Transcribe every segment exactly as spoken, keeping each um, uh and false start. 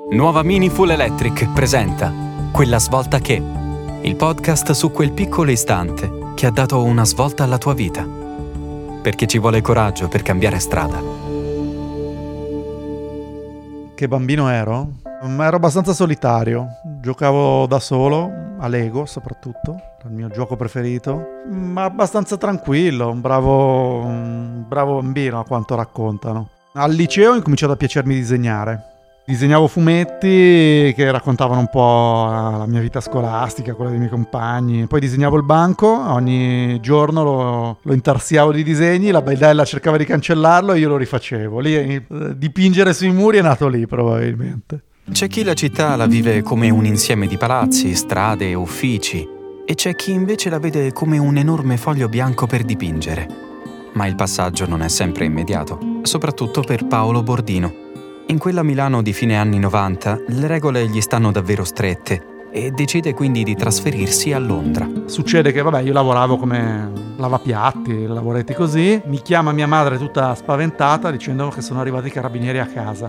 Nuova Mini Full Electric presenta Quella svolta che, il podcast su quel piccolo istante che ha dato una svolta alla tua vita. Perché ci vuole coraggio per cambiare strada. Che bambino ero? Ero abbastanza solitario, giocavo da solo, a Lego soprattutto, il mio gioco preferito, ma abbastanza tranquillo, un bravo, un bravo bambino a quanto raccontano. Al liceo ho incominciato a piacermi disegnare. Disegnavo fumetti che raccontavano un po' la mia vita scolastica, quella dei miei compagni. Poi disegnavo il banco, ogni giorno lo, lo intarsiavo di disegni, la Baidella cercava di cancellarlo e io lo rifacevo. Lì, eh, dipingere sui muri è nato lì probabilmente. C'è chi la città la vive come un insieme di palazzi, strade e uffici, e c'è chi invece la vede come un enorme foglio bianco per dipingere. Ma il passaggio non è sempre immediato, soprattutto per Paolo Bordino. In quella Milano di fine anni novanta le regole gli stanno davvero strette e decide quindi di trasferirsi a Londra. Succede che vabbè io lavoravo come lavapiatti, lavoretti così, mi chiama mia madre tutta spaventata dicendo che sono arrivati i carabinieri a casa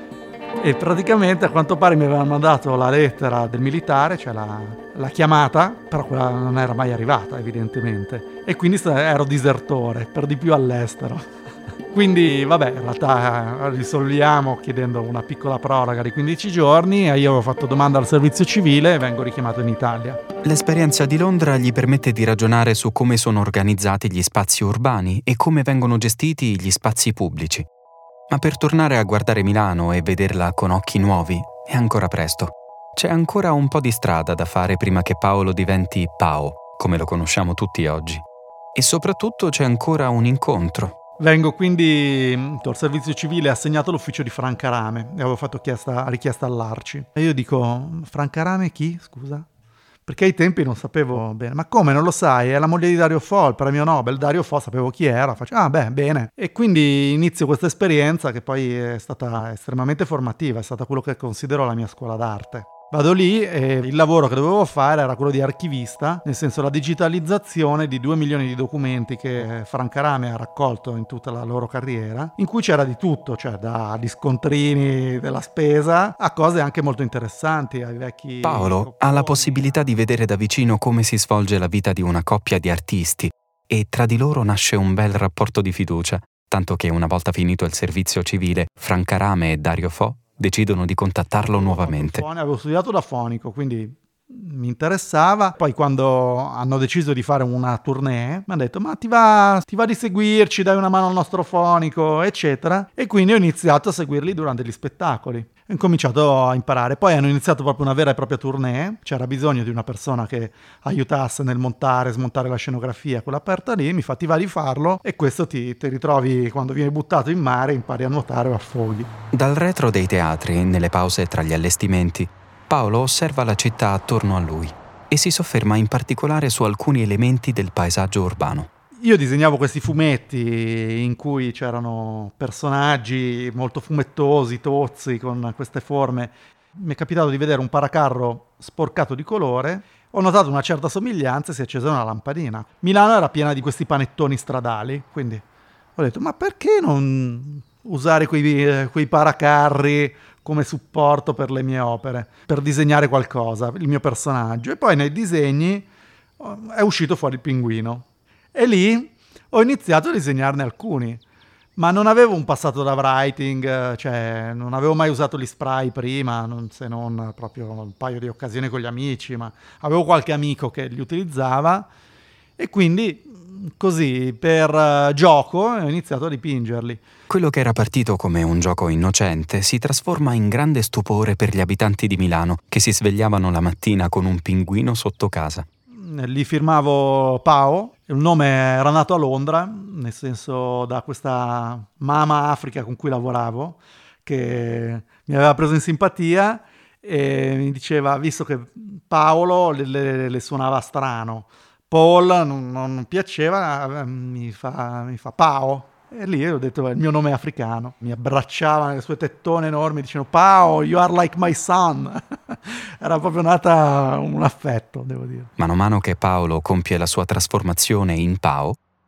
e praticamente a quanto pare mi avevano mandato la lettera del militare, cioè la, la chiamata, però quella non era mai arrivata evidentemente e quindi ero disertore, per di più all'estero. Quindi vabbè, in realtà risolviamo chiedendo una piccola proroga di quindici giorni e io avevo fatto domanda al servizio civile e vengo richiamato in Italia. L'esperienza di Londra gli permette di ragionare su come sono organizzati gli spazi urbani e come vengono gestiti gli spazi pubblici. Ma per tornare a guardare Milano e vederla con occhi nuovi è ancora presto. C'è ancora un po' di strada da fare prima che Paolo diventi Pao, come lo conosciamo tutti oggi. E soprattutto c'è ancora un incontro. Vengo quindi al servizio civile assegnato all'ufficio di Francarame e avevo fatto chiesta, richiesta all'Arci. E io dico, Francarame chi? Scusa? Perché ai tempi non sapevo bene. Ma come, non lo sai? È la moglie di Dario Fo, il premio Nobel. Dario Fo sapevo chi era. Faccio, ah beh, bene. E quindi inizio questa esperienza che poi è stata estremamente formativa. È stata quello che considero la mia scuola d'arte. Vado lì e il lavoro che dovevo fare era quello di archivista, nel senso la digitalizzazione di due milioni di documenti che Francarame ha raccolto in tutta la loro carriera, in cui c'era di tutto, cioè dagli scontrini della spesa a cose anche molto interessanti, ai vecchi... Paolo ha la possibilità di vedere da vicino come si svolge la vita di una coppia di artisti e tra di loro nasce un bel rapporto di fiducia, tanto che una volta finito il servizio civile, Francarame e Dario Fo decidono di contattarlo nuovamente. Avevo studiato da fonico, quindi mi interessava. Poi quando hanno deciso di fare una tournée mi hanno detto ma ti va, ti va di seguirci, dai una mano al nostro fonico, eccetera. E quindi ho iniziato a seguirli durante gli spettacoli. Ho incominciato a imparare. Poi hanno iniziato proprio una vera e propria tournée. C'era bisogno di una persona che aiutasse nel montare, smontare la scenografia, quella aperta lì. Mi fa ti va di farlo e questo ti, ti ritrovi quando vieni buttato in mare, impari a nuotare o affoghi. Dal retro dei teatri, nelle pause tra gli allestimenti, Paolo osserva la città attorno a lui e si sofferma in particolare su alcuni elementi del paesaggio urbano. Io disegnavo questi fumetti in cui c'erano personaggi molto fumettosi, tozzi, con queste forme. Mi è capitato di vedere un paracarro sporcato di colore, ho notato una certa somiglianza e si è accesa una lampadina. Milano era piena di questi panettoni stradali, quindi ho detto ma perché non usare quei, quei paracarri come supporto per le mie opere, per disegnare qualcosa, il mio personaggio. E poi nei disegni è uscito fuori il pinguino. E lì ho iniziato a disegnarne alcuni, ma non avevo un passato da writing, cioè non avevo mai usato gli spray prima, non, se non proprio un paio di occasioni con gli amici, ma avevo qualche amico che li utilizzava e quindi così per uh, gioco ho iniziato a dipingerli. Quello che era partito come un gioco innocente si trasforma in grande stupore per gli abitanti di Milano che si svegliavano la mattina con un pinguino sotto casa. Lì firmavo Pao, il nome era nato a Londra, nel senso da questa Mama Africa con cui lavoravo, che mi aveva preso in simpatia e mi diceva, visto che Paolo le, le, le suonava strano, Paul non, non piaceva, mi fa, mi fa Pao. E lì ho detto, il mio nome è africano. Mi abbracciava nelle sue tettone enormi dicendo, Pao, you are like my son. Era proprio nata un affetto, devo dire. Mano a mano che Paolo compie la sua trasformazione in Pao,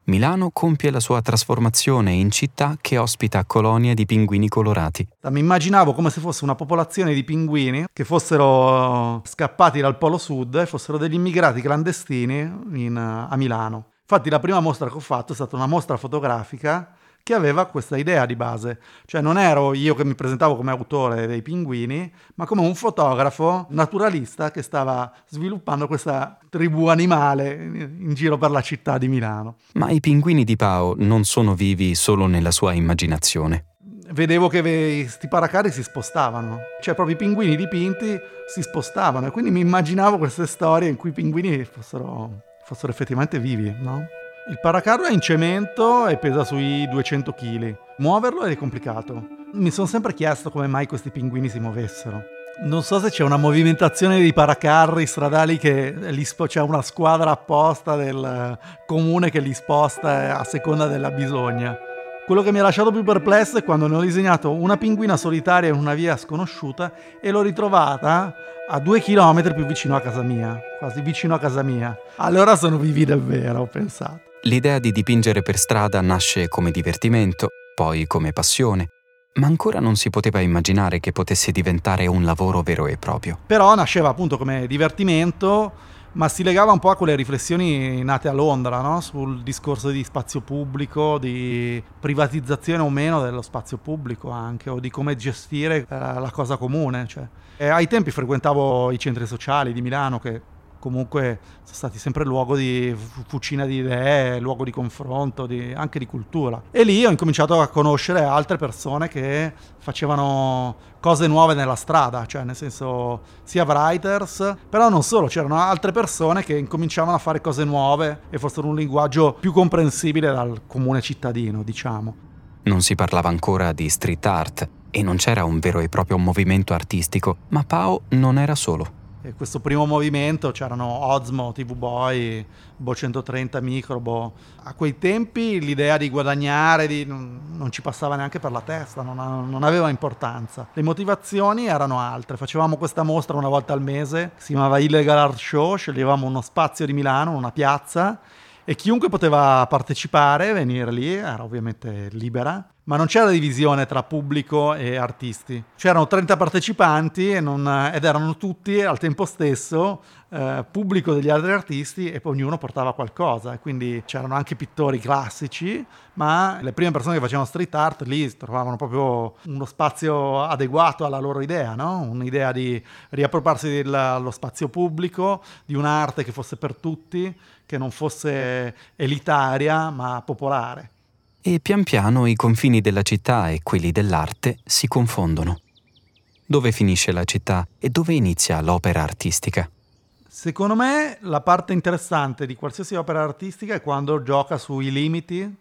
Milano compie la sua trasformazione in città che ospita colonie di pinguini colorati. Mi immaginavo come se fosse una popolazione di pinguini che fossero scappati dal Polo Sud e fossero degli immigrati clandestini in, a Milano. Infatti la prima mostra che ho fatto è stata una mostra fotografica che aveva questa idea di base. Cioè non ero io che mi presentavo come autore dei pinguini, ma come un fotografo naturalista che stava sviluppando questa tribù animale in giro per la città di Milano. Ma i pinguini di Pao non sono vivi solo nella sua immaginazione. Vedevo che questi paracarri si spostavano, cioè proprio i pinguini dipinti si spostavano, e quindi mi immaginavo queste storie in cui i pinguini fossero, fossero effettivamente vivi, no? Il paracarro è in cemento e pesa sui duecento chili. Muoverlo è complicato. Mi sono sempre chiesto come mai questi pinguini si muovessero. Non so se c'è una movimentazione dei paracarri stradali che li spo- c'è una squadra apposta del comune che li sposta a seconda della bisogna. Quello che mi ha lasciato più perplesso è quando ne ho disegnato una pinguina solitaria in una via sconosciuta e l'ho ritrovata a due chilometri più vicino a casa mia, quasi vicino a casa mia. Allora sono vivi davvero, ho pensato. L'idea di dipingere per strada nasce come divertimento, poi come passione, ma ancora non si poteva immaginare che potesse diventare un lavoro vero e proprio. Però nasceva appunto come divertimento, ma si legava un po' a quelle riflessioni nate a Londra, no? Sul discorso di spazio pubblico, di privatizzazione o meno dello spazio pubblico anche, o di come gestire eh, la cosa comune. Cioè. E ai tempi frequentavo i centri sociali di Milano, che comunque sono stati sempre luogo di fucina di idee, luogo di confronto, di, anche di cultura. E lì ho incominciato a conoscere altre persone che facevano cose nuove nella strada, cioè nel senso sia writers, però non solo, c'erano altre persone che incominciavano a fare cose nuove e fossero un linguaggio più comprensibile dal comune cittadino, diciamo. Non si parlava ancora di street art e non c'era un vero e proprio movimento artistico, ma Pao non era solo. E questo primo movimento c'erano Ozmo, T V Boy, Bo centotrenta, Microbo. A quei tempi l'idea di guadagnare di, non, non ci passava neanche per la testa, non, non aveva importanza. Le motivazioni erano altre. Facevamo questa mostra una volta al mese, si chiamava Illegal Art Show, sceglievamo uno spazio di Milano, una piazza, e chiunque poteva partecipare, venire lì, era ovviamente libera, ma non c'era divisione tra pubblico e artisti. C'erano trenta partecipanti e non, ed erano tutti al tempo stesso eh, pubblico degli altri artisti, e poi ognuno portava qualcosa, e quindi c'erano anche pittori classici, ma le prime persone che facevano street art lì trovavano proprio uno spazio adeguato alla loro idea, no? Un'idea di riappropriarsi dello spazio pubblico, di un'arte che fosse per tutti, che non fosse elitaria ma popolare. E pian piano i confini della città e quelli dell'arte si confondono. Dove finisce la città e dove inizia l'opera artistica? Secondo me la parte interessante di qualsiasi opera artistica è quando gioca sui limiti,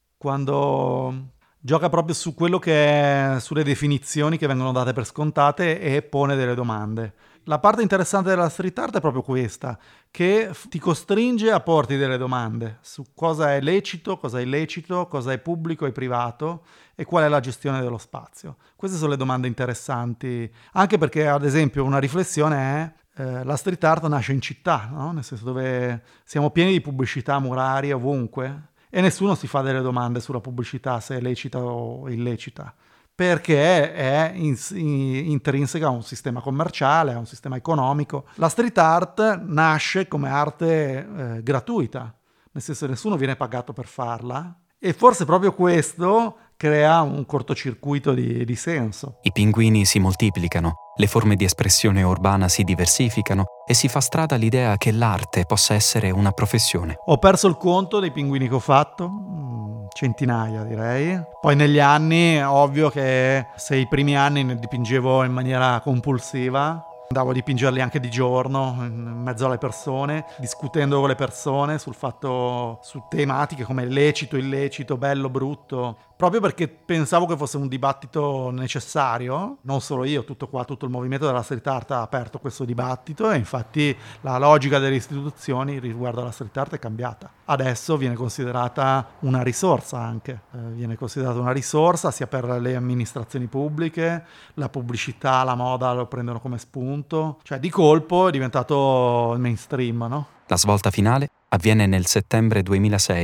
quando gioca proprio su quello che è, sulle definizioni che vengono date per scontate e pone delle domande. La parte interessante della street art è proprio questa, che ti costringe a porti delle domande su cosa è lecito, cosa è illecito, cosa è pubblico e privato e qual è la gestione dello spazio. Queste sono le domande interessanti, anche perché ad esempio una riflessione è eh, la street art nasce in città, no? Nel senso dove siamo pieni di pubblicità murarie ovunque e nessuno si fa delle domande sulla pubblicità, se è lecita o illecita, perché è in, in, intrinseca a un sistema commerciale, a un sistema economico. La street art nasce come arte eh, gratuita, nel senso che nessuno viene pagato per farla, e forse proprio questo crea un cortocircuito di, di senso. I pinguini si moltiplicano, le forme di espressione urbana si diversificano e si fa strada l'idea che l'arte possa essere una professione. Ho perso il conto dei pinguini che ho fatto, centinaia direi. Poi negli anni, ovvio che se i primi anni ne dipingevo in maniera compulsiva, andavo a dipingerli anche di giorno, in mezzo alle persone, discutendo con le persone sul fatto, su tematiche come lecito, illecito, bello, brutto, proprio perché pensavo che fosse un dibattito necessario. Non solo io, tutto qua, tutto il movimento della street art ha aperto questo dibattito, e infatti la logica delle istituzioni riguardo alla street art è cambiata. Adesso viene considerata una risorsa anche, eh, viene considerata una risorsa sia per le amministrazioni pubbliche, la pubblicità, la moda lo prendono come spunto, cioè di colpo è diventato mainstream, no? La svolta finale avviene nel settembre duemilasei,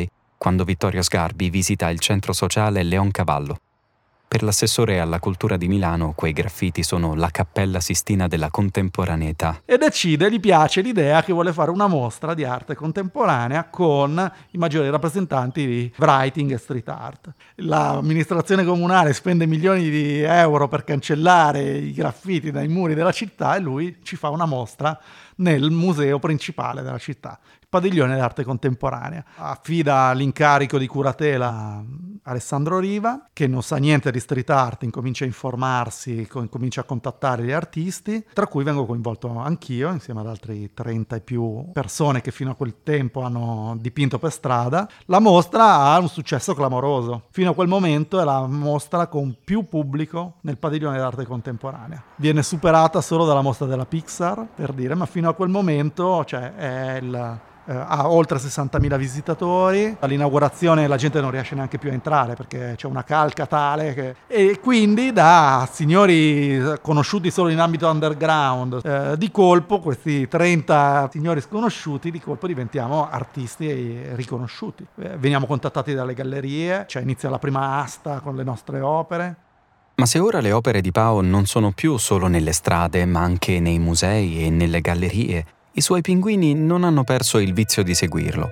quando Vittorio Sgarbi visita il centro sociale Leoncavallo. Per l'assessore alla cultura di Milano, quei graffiti sono la Cappella Sistina della contemporaneità. E decide, gli piace l'idea che vuole fare una mostra di arte contemporanea con i maggiori rappresentanti di writing e street art. L'amministrazione comunale spende milioni di euro per cancellare i graffiti dai muri della città e lui ci fa una mostra nel museo principale della città, il padiglione d'arte contemporanea. Affida l'incarico di curatela a Alessandro Riva, che non sa niente di street art, incomincia a informarsi, comincia a contattare gli artisti, tra cui vengo coinvolto anch'io, insieme ad altri trenta e più persone che fino a quel tempo hanno dipinto per strada. La mostra ha un successo clamoroso. Fino a quel momento è la mostra con più pubblico nel padiglione d'arte contemporanea. Viene superata solo dalla mostra della Pixar, per dire, ma fino a quel momento, cioè, è il... Uh, ha oltre sessantamila visitatori. All'inaugurazione la gente non riesce neanche più a entrare perché c'è una calca tale che... e quindi da signori conosciuti solo in ambito underground, uh, di colpo questi trenta signori sconosciuti di colpo diventiamo artisti riconosciuti. Uh, veniamo contattati dalle gallerie, cioè inizia la prima asta con le nostre opere. Ma se ora le opere di Pao non sono più solo nelle strade, ma anche nei musei e nelle gallerie, i suoi pinguini non hanno perso il vizio di seguirlo.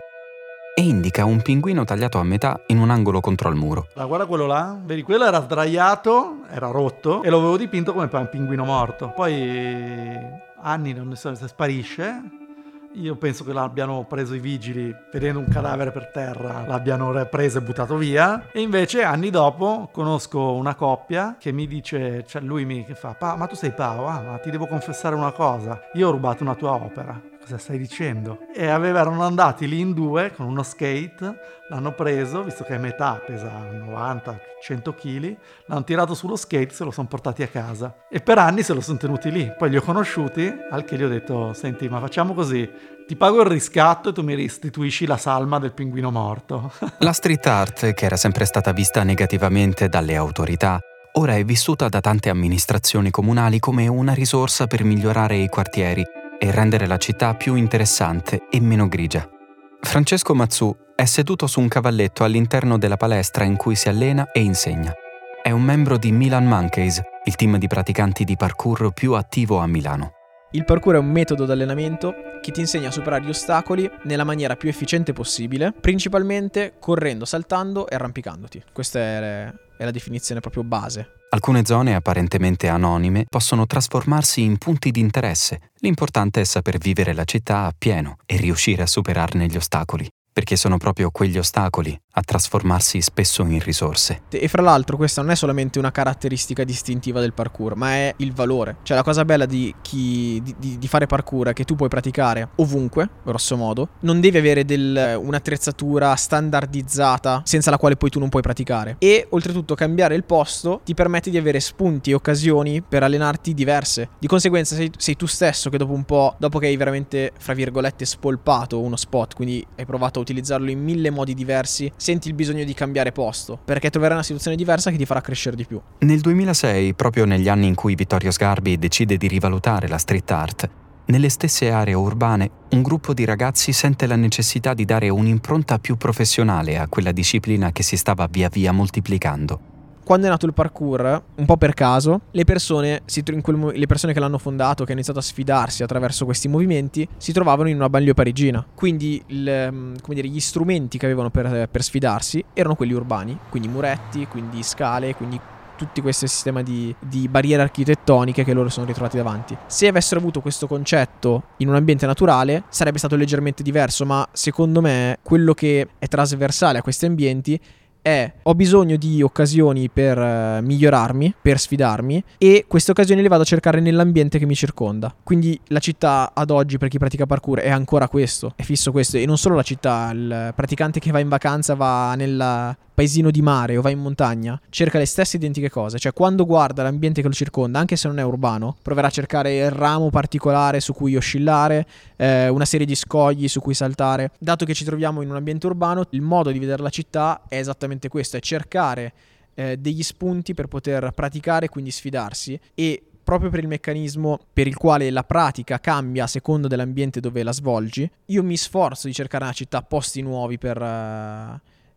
E indica un pinguino tagliato a metà in un angolo contro il muro. Ah, guarda quello là, vedi, quello era sdraiato, era rotto e lo avevo dipinto come un pinguino morto. Poi anni non ne so se sparisce. Io penso che l'abbiano preso i vigili vedendo un cadavere per terra, l'abbiano preso e buttato via. E invece anni dopo conosco una coppia che mi dice, cioè lui mi fa: "Pa, ma tu sei Pao? Ah, ma ti devo confessare una cosa, io ho rubato una tua opera." Cosa stai dicendo? E avevano andati lì in due con uno skate, l'hanno preso, visto che a metà pesa novanta cento chili, l'hanno tirato sullo skate, se lo sono portati a casa e per anni se lo sono tenuti lì. Poi li ho conosciuti, al che gli ho detto: "Senti, ma facciamo così, ti pago il riscatto e tu mi restituisci la salma del pinguino morto." La street art, che era sempre stata vista negativamente dalle autorità, ora è vissuta da tante amministrazioni comunali come una risorsa per migliorare i quartieri e rendere la città più interessante e meno grigia. Francesco Mazzù è seduto su un cavalletto all'interno della palestra in cui si allena e insegna. È un membro di Milan Monkeys, il team di praticanti di parkour più attivo a Milano. Il parkour è un metodo di allenamento che ti insegna a superare gli ostacoli nella maniera più efficiente possibile, principalmente correndo, saltando e arrampicandoti. Questa è la definizione proprio base. Alcune zone apparentemente anonime possono trasformarsi in punti di interesse. L'importante è saper vivere la città a pieno e riuscire a superarne gli ostacoli, perché sono proprio quegli ostacoli a trasformarsi spesso in risorse. E fra l'altro questa non è solamente una caratteristica distintiva del parkour, ma è il valore. Cioè la cosa bella di, chi, di, di, di fare parkour è che tu puoi praticare ovunque, grosso modo. Non devi avere del, un'attrezzatura standardizzata senza la quale poi tu non puoi praticare. E oltretutto cambiare il posto ti permette di avere spunti e occasioni per allenarti diverse. Di conseguenza sei, sei tu stesso che dopo un po', dopo che hai veramente, fra virgolette, spolpato uno spot, quindi hai provato a utilizzarlo in mille modi diversi, senti il bisogno di cambiare posto, perché troverai una situazione diversa che ti farà crescere di più. Nel duemilasei, proprio negli anni in cui Vittorio Sgarbi decide di rivalutare la street art, nelle stesse aree urbane un gruppo di ragazzi sente la necessità di dare un'impronta più professionale a quella disciplina che si stava via via moltiplicando. Quando è nato il parkour, un po' per caso, le persone, si, in quel, le persone che l'hanno fondato, che hanno iniziato a sfidarsi attraverso questi movimenti, si trovavano in una banlieue parigina. Quindi il, come dire, gli strumenti che avevano per, per sfidarsi erano quelli urbani, quindi muretti, quindi scale, quindi tutti questo sistema di, di barriere architettoniche che loro sono ritrovati davanti. Se avessero avuto questo concetto in un ambiente naturale sarebbe stato leggermente diverso, ma secondo me quello che è trasversale a questi ambienti è: ho bisogno di occasioni per uh, migliorarmi, per sfidarmi, e queste occasioni le vado a cercare nell'ambiente che mi circonda. Quindi la città ad oggi, per chi pratica parkour, è ancora questo, è fisso questo. E non solo la città, il praticante che va in vacanza va nel paesino di mare o va in montagna, cerca le stesse identiche cose. Cioè quando guarda l'ambiente che lo circonda, anche se non è urbano, proverà a cercare il ramo particolare su cui oscillare, eh, una serie di scogli su cui saltare. Dato che ci troviamo in un ambiente urbano, il modo di vedere la città è esattamente questo, è cercare eh, degli spunti per poter praticare, quindi sfidarsi. E proprio per il meccanismo per il quale la pratica cambia a seconda dell'ambiente dove la svolgi, io mi sforzo di cercare nella città posti nuovi per... Uh,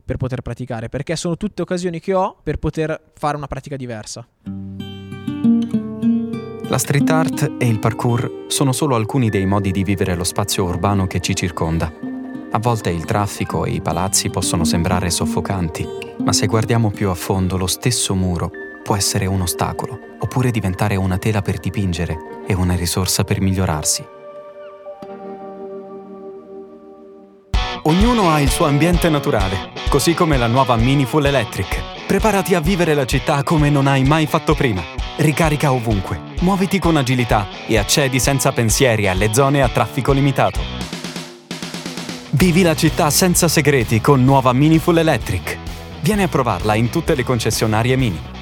per poter praticare, perché sono tutte occasioni che ho per poter fare una pratica diversa. La street art e il parkour sono solo alcuni dei modi di vivere lo spazio urbano che ci circonda. A volte il traffico e i palazzi possono sembrare soffocanti, ma se guardiamo più a fondo, lo stesso muro può essere un ostacolo, oppure diventare una tela per dipingere e una risorsa per migliorarsi. Ognuno ha il suo ambiente naturale, così come la nuova Mini Full Electric. Preparati a vivere la città come non hai mai fatto prima. Ricarica ovunque, muoviti con agilità e accedi senza pensieri alle zone a traffico limitato. Vivi la città senza segreti con nuova Mini Full Electric. Vieni a provarla in tutte le concessionarie Mini.